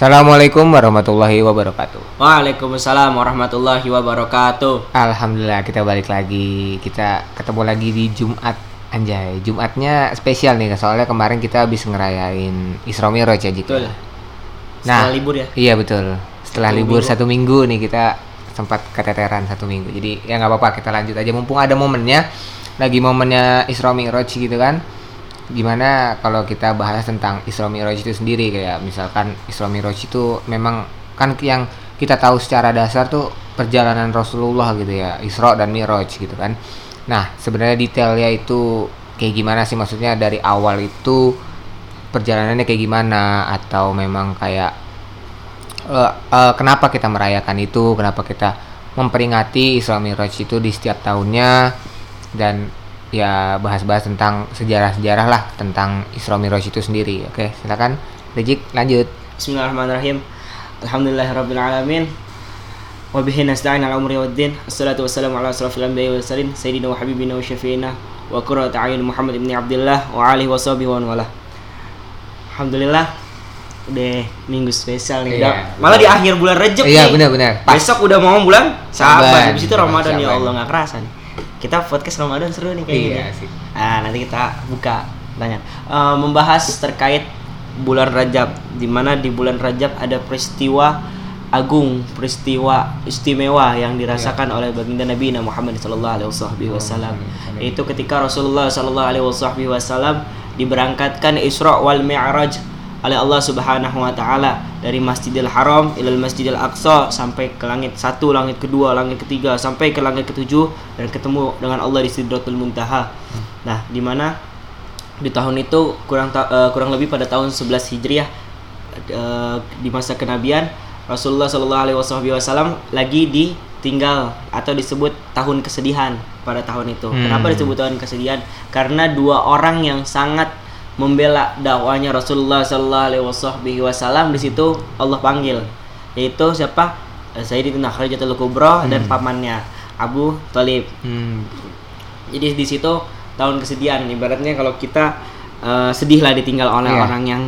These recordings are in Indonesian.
Assalamualaikum warahmatullahi wabarakatuh. Waalaikumsalam warahmatullahi wabarakatuh. Alhamdulillah kita balik lagi. Kita ketemu lagi di Jumat. Anjay, Jumatnya spesial nih soalnya kemarin kita habis ngerayain Isra Mi'raj ya Jik. Betul. Nah, Setelah libur ya? Iya betul. Setelah libur satu minggu nih kita sempat keteteran satu minggu. Jadi ya nggak apa-apa, kita lanjut aja mumpung ada momennya. Lagi momennya Isra Mi'raj gitu kan. Gimana kalau kita bahas tentang Isra Mi'raj itu sendiri, kayak misalkan Isra Mi'raj itu memang kan yang kita tahu secara dasar tuh perjalanan Rasulullah gitu ya, Isra dan Mi'raj gitu kan. Nah, sebenarnya detailnya itu kayak gimana sih, maksudnya dari awal itu perjalanannya kayak gimana, atau memang kayak kenapa kita merayakan itu, kenapa kita memperingati Isra Mi'raj itu di setiap tahunnya, dan ya bahas-bahas tentang sejarah-sejarah lah tentang Isra Mi'raj itu sendiri. Oke, silakan Rejik lanjut. Bismillahirrahmanirrahim. Alhamdulillahirabbil alamin. Wa bihi nasta'in 'ala umuri waddin. Assalatu wassalamu ala asrofil anbiya'i wal mursalin sayyidina wa habibina wa syafi'ina wa qurratu a'yun Muhammad ibn Abdullah wa alihi washabihi wa wala. Alhamdulillah udah minggu spesial nih. Iya, Malah di akhir bulan Rajab nih. Iya, benar-benar. Besok udah mau bulan Syaban. Habis itu Ramadan, ya Syaban. Allah enggak kerasa nih. Kita podcast Ramadan seru nih kayak gini. Iya sih. Nanti kita buka tanya membahas terkait bulan Rajab, di mana di bulan Rajab ada peristiwa agung, peristiwa istimewa yang dirasakan oleh baginda Nabi Muhammad sallallahu alaihi wasallam. Yaitu ketika Rasulullah sallallahu alaihi wasallam diberangkatkan Isra wal Mi'raj oleh Allah Subhanahu wa taala dari Masjidil Haram ilal Masjidil Aqsa sampai ke langit 1, langit kedua, langit ketiga sampai ke langit ke-7 dan ketemu dengan Allah di Sidratul Muntaha. Nah, di mana di tahun itu kurang lebih pada tahun 11 Hijriah, di masa kenabian Rasulullah sallallahu alaihi wasallam lagi ditinggal atau disebut tahun kesedihan pada tahun itu. Kenapa disebut tahun kesedihan? Karena dua orang yang sangat membela dakwanya Rasulullah sallallahu alaihi wasallam di situ Allah panggil, yaitu siapa? Sayyidatina Khadijatul Kubra dan pamannya Abu Thalib. Jadi di situ tahun kesedihan, ibaratnya kalau kita sedih lah ditinggal oleh orang yang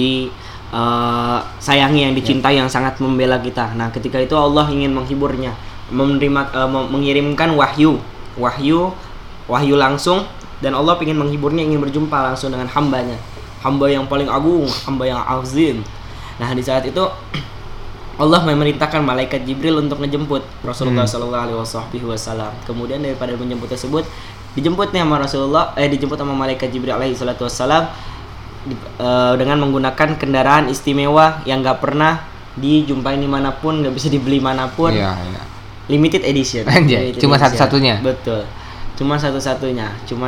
sayangi, yang dicintai, yang sangat membela kita. Nah, ketika itu Allah ingin menghiburnya, mengirimkan wahyu langsung. Dan Allah ingin menghiburnya, ingin berjumpa langsung dengan hambanya, hamba yang paling agung, hamba yang azim. Nah, di saat itu Allah memerintahkan malaikat Jibril untuk ngejemput Rasulullah sallallahu alaihi wasallam. Kemudian daripada menjemput tersebut, dijemput nih sama Rasulullah, dijemput sama malaikat Jibril alaihi salatu wasallam dengan menggunakan kendaraan istimewa yang enggak pernah dijumpai dimanapun, enggak bisa dibeli manapun. Iya. Limited edition. Anjay, cuma satu-satunya. Betul. Cuma satu-satunya,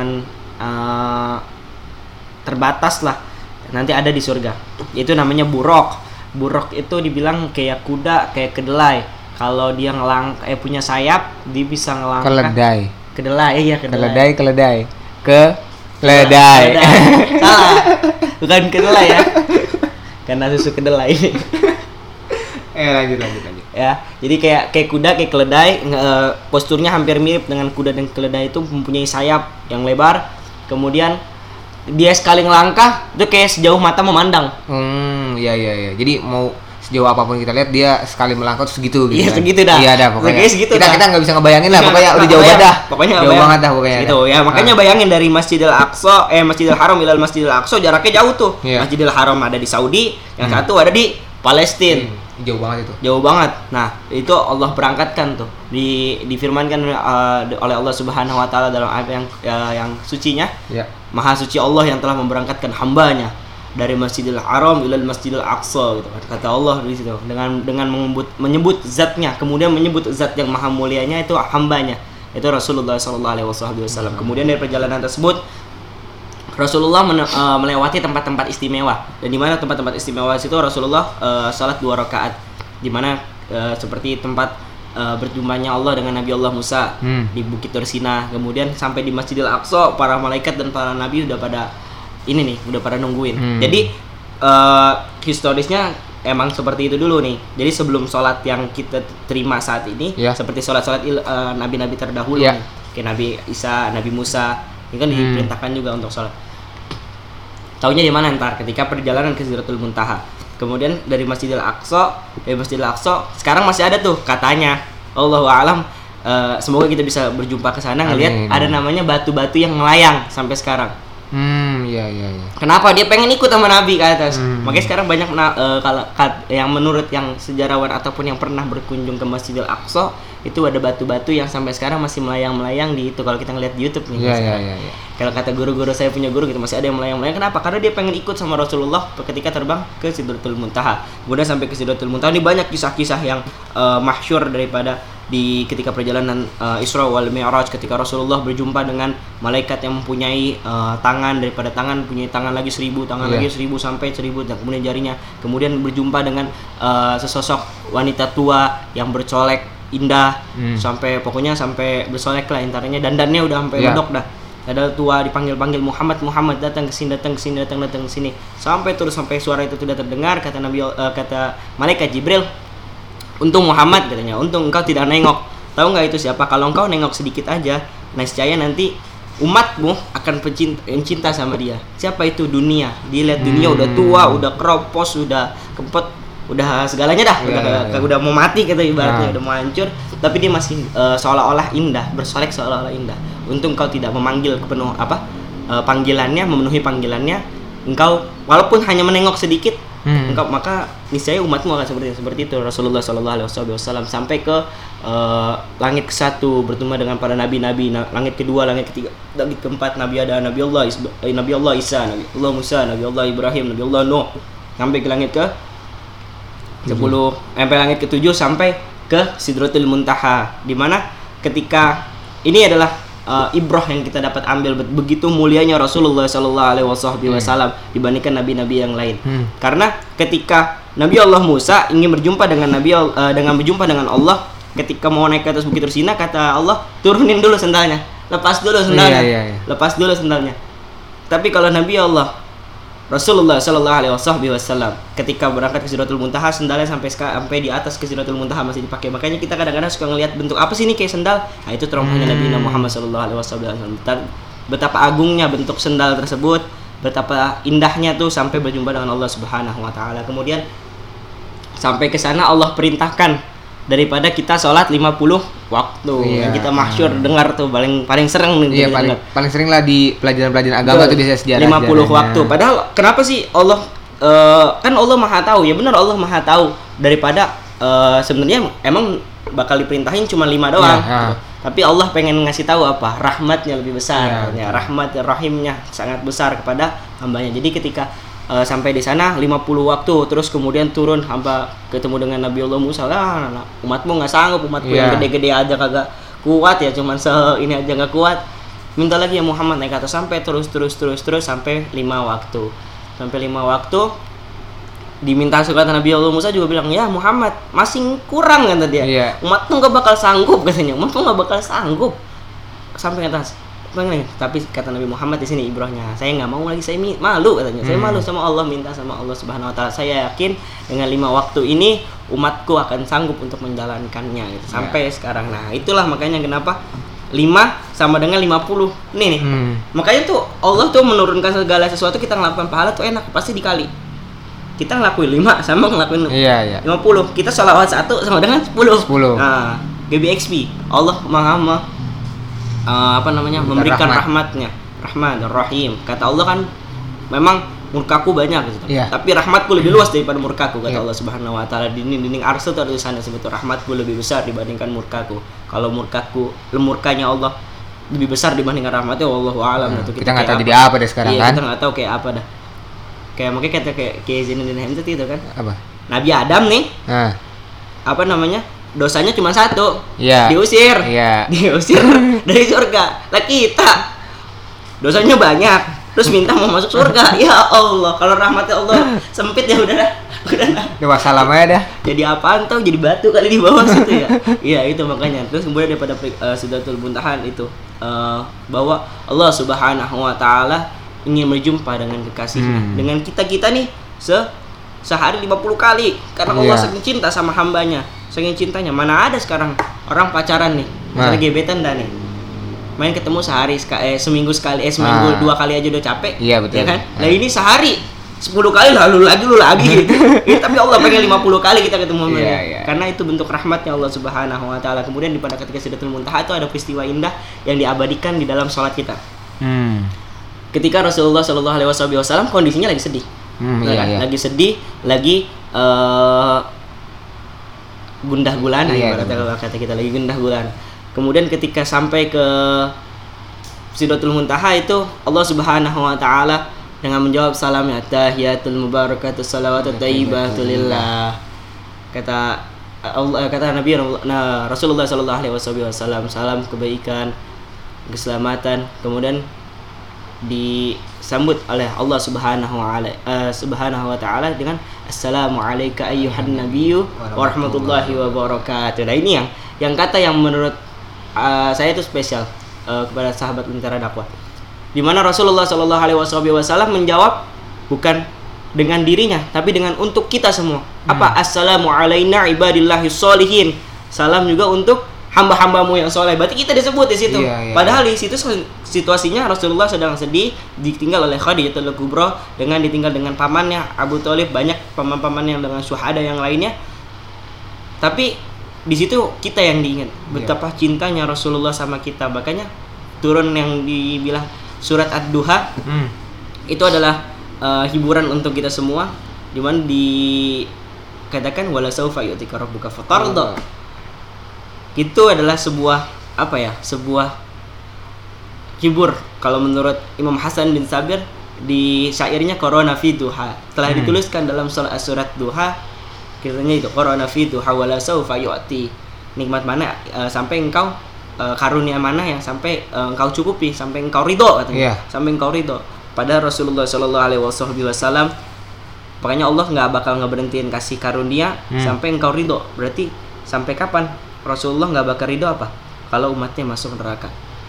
terbatas lah. Nanti ada di surga. Itu namanya buraq. Buraq itu dibilang kayak kuda, kayak kedelai. Kalau dia punya sayap, dia bisa ngelangkah. Keledai. Kedelai. Keledai. Salah. Bukan kedelai ya. Karena susu kedelai. Lanjut. Ya, jadi kayak kuda, kayak keledai, posturnya hampir mirip dengan kuda dan keledai, itu mempunyai sayap yang lebar. Kemudian dia sekali ngelangkah itu kayak sejauh mata memandang. Iya. Jadi mau sejauh apapun kita lihat, dia sekali melangkah tuh segitu gitu. Iya, kan? segitu dah. Iya dah, pokoknya. Segitu Kita nggak bisa ngebayangin lah, pokoknya udah jauh banget dah. Pokoknya jauh banget dah pokoknya. Gitu ya, makanya bayangin dari Masjidil Haram ilal Masjidil Aqsa jaraknya jauh tuh. Yeah. Masjidil Haram ada di Saudi, yang satu ada di Palestina. Jauh banget itu. Jauh banget. Nah, itu Allah berangkatkan tuh. Difirmankan oleh Allah Subhanahu wa taala dalam ayat yang sucinya. Ya. Maha suci Allah yang telah memberangkatkan hambanya dari Masjidil Haram ilal Masjidil Aqsa gitu. Kata Allah di situ dengan menyebut zatnya, kemudian menyebut zat yang maha mulianya itu hambanya, itu Rasulullah sallallahu alaihi wasallam. Kemudian dari perjalanan tersebut Rasulullah melewati tempat-tempat istimewa. Dan di mana tempat-tempat istimewa itu Rasulullah salat 2 rakaat. Di mana seperti tempat berjumpanya Allah dengan Nabi Allah Musa di Bukit Tursina. Kemudian sampai di Masjidil Aqsa, para malaikat dan para nabi udah pada nungguin. Jadi historisnya emang seperti itu dulu nih. Jadi sebelum sholat yang kita terima saat ini, seperti sholat-sholat nabi-nabi terdahulu, nih. Kayak Nabi Isa, Nabi Musa, ini kan diperintahkan juga untuk sholat. Taunya di mana ntar ketika perjalanan ke Sidratul Muntaha. Kemudian dari Masjidil Aqsa sekarang masih ada tuh katanya, Allahu a'lam, semoga kita bisa berjumpa ke sana ngelihat ada namanya batu-batu yang melayang sampai sekarang. Iya. Kenapa? Dia pengen ikut sama Nabi ke atas. Makanya sekarang banyak yang menurut yang sejarawan ataupun yang pernah berkunjung ke Masjidil Aqsa itu ada batu-batu yang sampai sekarang masih melayang-melayang di itu kalau kita ngeliat di YouTube nih. Iya. Kalau kata guru-guru saya punya guru gitu masih ada yang melayang-melayang. Kenapa? Karena dia pengen ikut sama Rasulullah ketika terbang ke Sidratul Muntaha. Kemudian sampai ke Sidratul Muntaha ini banyak kisah-kisah yang masyhur daripada di ketika perjalanan Isra wal Mi'raj ketika Rasulullah berjumpa dengan malaikat yang mempunyai tangan, daripada tangan punya tangan lagi 1000, tangan lagi 1000 sampai 1000 dan kemudian jarinya. Kemudian berjumpa dengan sesosok wanita tua yang bercolek indah sampai bersolek lah intaranya, dandannya udah sampai medok dah. Ada tua dipanggil-panggil Muhammad datang ke sini sampai suara itu tidak terdengar. Kata kata malaikat Jibril, untung Muhammad katanya, untung engkau tidak nengok. Tahu nggak itu siapa? Kalau engkau nengok sedikit aja, niscaya nanti umatmu akan cinta sama dia. Siapa itu? Dunia. Dilihat dunia udah tua, udah keropos, udah kempot, udah segalanya dah, udah mau mati gitu ibaratnya, udah mau hancur, tapi dia masih seolah-olah indah, bersolek seolah-olah indah. Untung engkau tidak memanggil panggilannya, memenuhi panggilannya. Engkau walaupun hanya menengok sedikit, engkau maka niscaya umatmu akan seperti itu. Rasulullah SAW sampai ke langit ke-1 bertemu dengan para nabi-nabi, langit kedua, langit ketiga, langit keempat Nabi ada Nabi Allah Isa, Nabi Allah Musa, Nabi Allah Ibrahim, Nabi Allah Nuh, sampai ke langit ke 10 sampai langit ke-7 sampai ke Sidratul Muntaha, di mana ketika ini adalah ibrah yang kita dapat ambil begitu mulianya Rasulullah SAW dibandingkan nabi-nabi yang lain. Karena ketika Nabi Allah Musa ingin berjumpa dengan berjumpa dengan Allah, ketika mau naik ke atas Bukit Tursina, kata Allah, turunin dulu sendalnya, lepas dulu sendalnya. Tapi kalau Nabi Allah Rasulullah SAW ketika berangkat ke Sidratul Muntaha, sendalnya sampai di atas ke Sidratul Muntaha masih dipakai. Makanya kita kadang-kadang suka ngelihat bentuk apa sih ini kayak sendal. Nah itu terompahnya Nabi Muhammad SAW. Betapa agungnya bentuk sendal tersebut, betapa indahnya tuh sampai berjumpa dengan Allah Subhanahu Wa Taala. Kemudian sampai ke sana Allah perintahkan daripada kita sholat 50 waktu. Kita masyhur dengar tuh paling sering nih. Paling sering lah di pelajaran-pelajaran agama tuh biasanya sejarah 50 waktu. Padahal kenapa sih Allah kan Allah Maha tahu. Ya benar, Allah Maha tahu daripada sebenarnya emang bakal diperintahin cuma 5 doang. Gitu. Tapi Allah pengen ngasih tahu apa? Rahmatnya lebih besar. Rahmat rahimnya sangat besar kepada hambanya. Jadi ketika sampai di sana 50 waktu, terus kemudian turun hamba ketemu dengan Nabi Allah Musa, umatmu nggak sanggup, umatku yang gede-gede aja kagak kuat ya, cuman ini aja nggak kuat, minta lagi ya Muhammad naik ke atas, sampai terus sampai 5 waktu diminta surat. Nabi Allah Musa juga bilang, ya Muhammad masih kurang kata dia, umatmu nggak bakal sanggup katanya, sampai ke atas. Tapi kata Nabi Muhammad di sini ibrahnya, saya nggak mau lagi, saya malu katanya, saya malu sama Allah, minta sama Allah Subhanahu Wa Taala, saya yakin dengan 5 waktu ini umatku akan sanggup untuk menjalankannya gitu. Sampai sekarang. Nah itulah makanya kenapa 5 sama dengan 50 nih. Makanya tuh Allah tuh menurunkan segala sesuatu, kita ngelakukan pahala tuh enak, pasti dikali. Kita ngelakuin 5 sama ngelakuin 50. Kita sholawat 1 sama dengan 10. Nah GBXP Allah Maha memberikan rahmatnya, Rahman Rahim. Kata Allah kan memang murkaku banyak gitu. Tapi rahmatku lebih luas daripada murkaku, kata Allah Subhanahu Wa Taala. Dinding arsy itu ada di sana sebetulnya, rahmatku lebih besar dibandingkan murkaku. Kalau murkanya Allah lebih besar dibandingkan rahmatnya, wallahu a'lam. Kita nggak tahu jadi apa deh sekarang kan. Kita nggak tahu kayak apa dah. Kayak mungkin kata kayak Zainuddin Hamid itu kan. Apa? Nabi Adam nih. Dosanya cuma 1, diusir dari surga. Lah kita dosanya banyak, terus minta mau masuk surga. Ya Allah, kalau rahmatnya Allah sempit ya udah wassalam aja dah. Jadi apaan tau, jadi batu kali di bawah situ ya. Iya itu makanya. Terus kemudian daripada Sidratul Muntaha itu bahwa Allah Subhanahu Wa Taala ingin berjumpa dengan kekasihnya, dengan kita nih sehari 50 kali, karena Allah saking cinta sama hambanya, saking cintanya. Mana ada sekarang orang pacaran nih, misalnya gebetan dah nih, main ketemu seminggu sekali, seminggu 2 kali aja udah capek, betul. Ya kan? Nah ini sehari 10 kali lalu lagi lu lagi gitu. Tapi Allah pengen 50 kali kita ketemu sama dia. Karena itu bentuk rahmatnya Allah Subhanahu wa taala. Kemudian pada ketika Sidratul Muntaha itu ada peristiwa indah yang diabadikan di dalam sholat kita. Ketika Rasulullah Shallallahu alaihi wasallam kondisinya lagi sedih. Lagi sedih, lagi gundah gulana ibaratnya kalau kata kita lagi gundah gulana. Kemudian ketika sampai ke Sidratul Muntaha itu Allah Subhanahu wa taala dengan menjawab salamnya tahiyatul mubarakatuh salawatut thayyibatu lillah. Kata Allah, kata Nabi Rasulullah sallallahu alaihi wasallam, salam kebaikan, keselamatan, kemudian disambut oleh Allah Subhanahu wa taala dengan assalamu alayka ayyuhan nabiyyu wa rahmatullahi wa barakatuh. Nah, ini yang kata yang menurut saya itu spesial kepada sahabat Lentera Dakwah, di mana Rasulullah Shallallahu alaihi wasallam menjawab bukan dengan dirinya tapi dengan untuk kita semua. Apa? Assalamu alaina ibadillahi sholihin. Salam juga untuk hamba-hambamu yang soleh. Berarti kita disebut di situ. Padahal di situ situasinya Rasulullah sedang sedih, ditinggal oleh Khadijatul Kubra, dengan ditinggal dengan pamannya Abu Thalib, banyak paman-paman yang dengan syuhada yang lainnya. Tapi di situ kita yang diingat betapa cintanya Rasulullah sama kita. Makanya turun yang dibilang surat Ad-Duha itu adalah hiburan untuk kita semua, di mana dikatakan wala saufa yu'tika rabbuka fatarda. Itu adalah sebuah sebuah hibur kalau menurut Imam Hasan bin Sabir di syairnya Qarana fi duha. Telah dituliskan dalam surat Duha kiranya itu Qarana fi duha wala saufa yu'ti. Nikmat mana sampai engkau karunia mana yang sampai engkau cukupi, sampai engkau ridho katanya. Sampai engkau ridho. Padahal Rasulullah Shallallahu alaihi wasallam pokoknya Allah enggak bakal ngeberhentiin kasih karunia sampai engkau ridho. Berarti sampai kapan Rasulullah enggak bakal ridho apa? Kalau umatnya masuk neraka.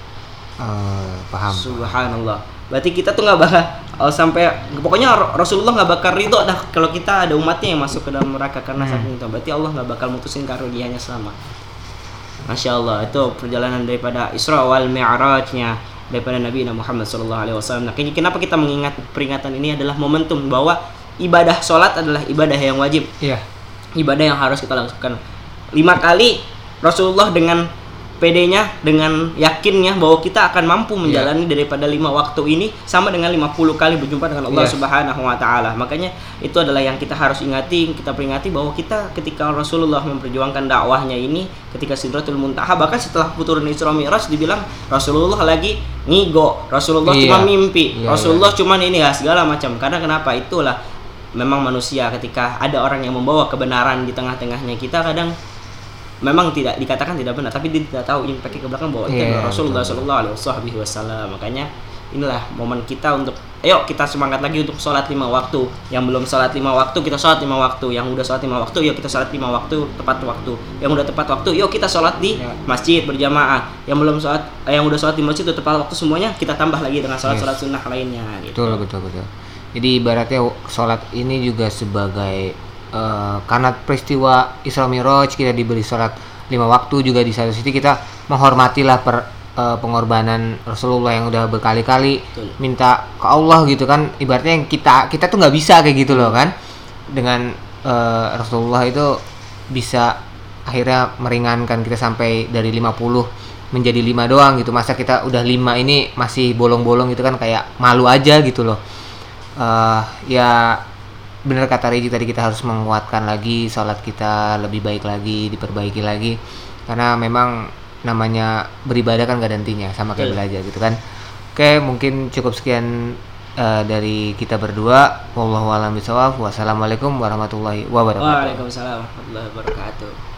Paham. Subhanallah. Berarti kita tuh enggak bakal sampai pokoknya Rasulullah enggak bakal ridho dah kalau kita ada umatnya yang masuk ke dalam neraka karena saking itu. Berarti Allah enggak bakal mutusin karunia-Nya selama. Masya Allah, itu perjalanan daripada Isra wal Mi'rajnya daripada Nabi Muhammad SAW. Nah, kenapa kita mengingat peringatan ini adalah momentum bahwa ibadah sholat adalah ibadah yang wajib. Ibadah yang harus kita lakukan 5 kali. Rasulullah dengan pedenya, dengan yakinnya bahwa kita akan mampu menjalani daripada 5 waktu ini sama dengan 50 kali berjumpa dengan Allah Subhanahu wa taala. Makanya itu adalah yang kita harus ingati, kita peringati bahwa kita ketika Rasulullah memperjuangkan dakwahnya ini ketika Sidratul Muntaha, bahkan setelah turun Isra Mi'raj dibilang Rasulullah lagi ngigo, Rasulullah cuma mimpi, Rasulullah cuma ini segala macam. Karena kenapa? Itulah memang manusia, ketika ada orang yang membawa kebenaran di tengah-tengahnya kita kadang memang tidak dikatakan tidak benar, tapi dia tidak tahu impact ke belakang bahwa itu adalah Rasulullah Shallallahu alaihi wasallam. Makanya inilah momen kita untuk ayo kita semangat lagi untuk sholat 5 waktu. Yang belum sholat 5 waktu kita sholat 5 waktu. Yang udah sholat 5 waktu yuk kita sholat 5 waktu tepat waktu. Yang udah tepat waktu yuk kita sholat di masjid berjamaah. Yang belum sholat, yang udah sholat di masjid udah tepat waktu semuanya kita tambah lagi dengan sholat sunnah lainnya. Gitu. Betul. Jadi ibaratnya sholat ini juga sebagai karena peristiwa Isra Mi'raj kita diberi sholat 5 waktu, juga di satu sisi kita menghormatilah pengorbanan Rasulullah yang udah berkali-kali minta ke Allah gitu kan. Ibaratnya yang kita tuh nggak bisa kayak gitu loh kan. Dengan Rasulullah itu bisa akhirnya meringankan kita sampai dari 50 menjadi 5 doang gitu. Masa kita udah 5 ini masih bolong-bolong gitu kan, kayak malu aja gitu loh. Ya benar kata Reji tadi, kita harus menguatkan lagi sholat kita, lebih baik lagi, diperbaiki lagi, karena memang namanya beribadah kan gak ada hentinya, sama kayak belajar gitu kan. Oke, mungkin cukup sekian dari kita berdua. Wallahu a'lam bishawab. Wassalamualaikum warahmatullahi wabarakatuh. Waalaikumsalam warahmatullahi wabarakatuh.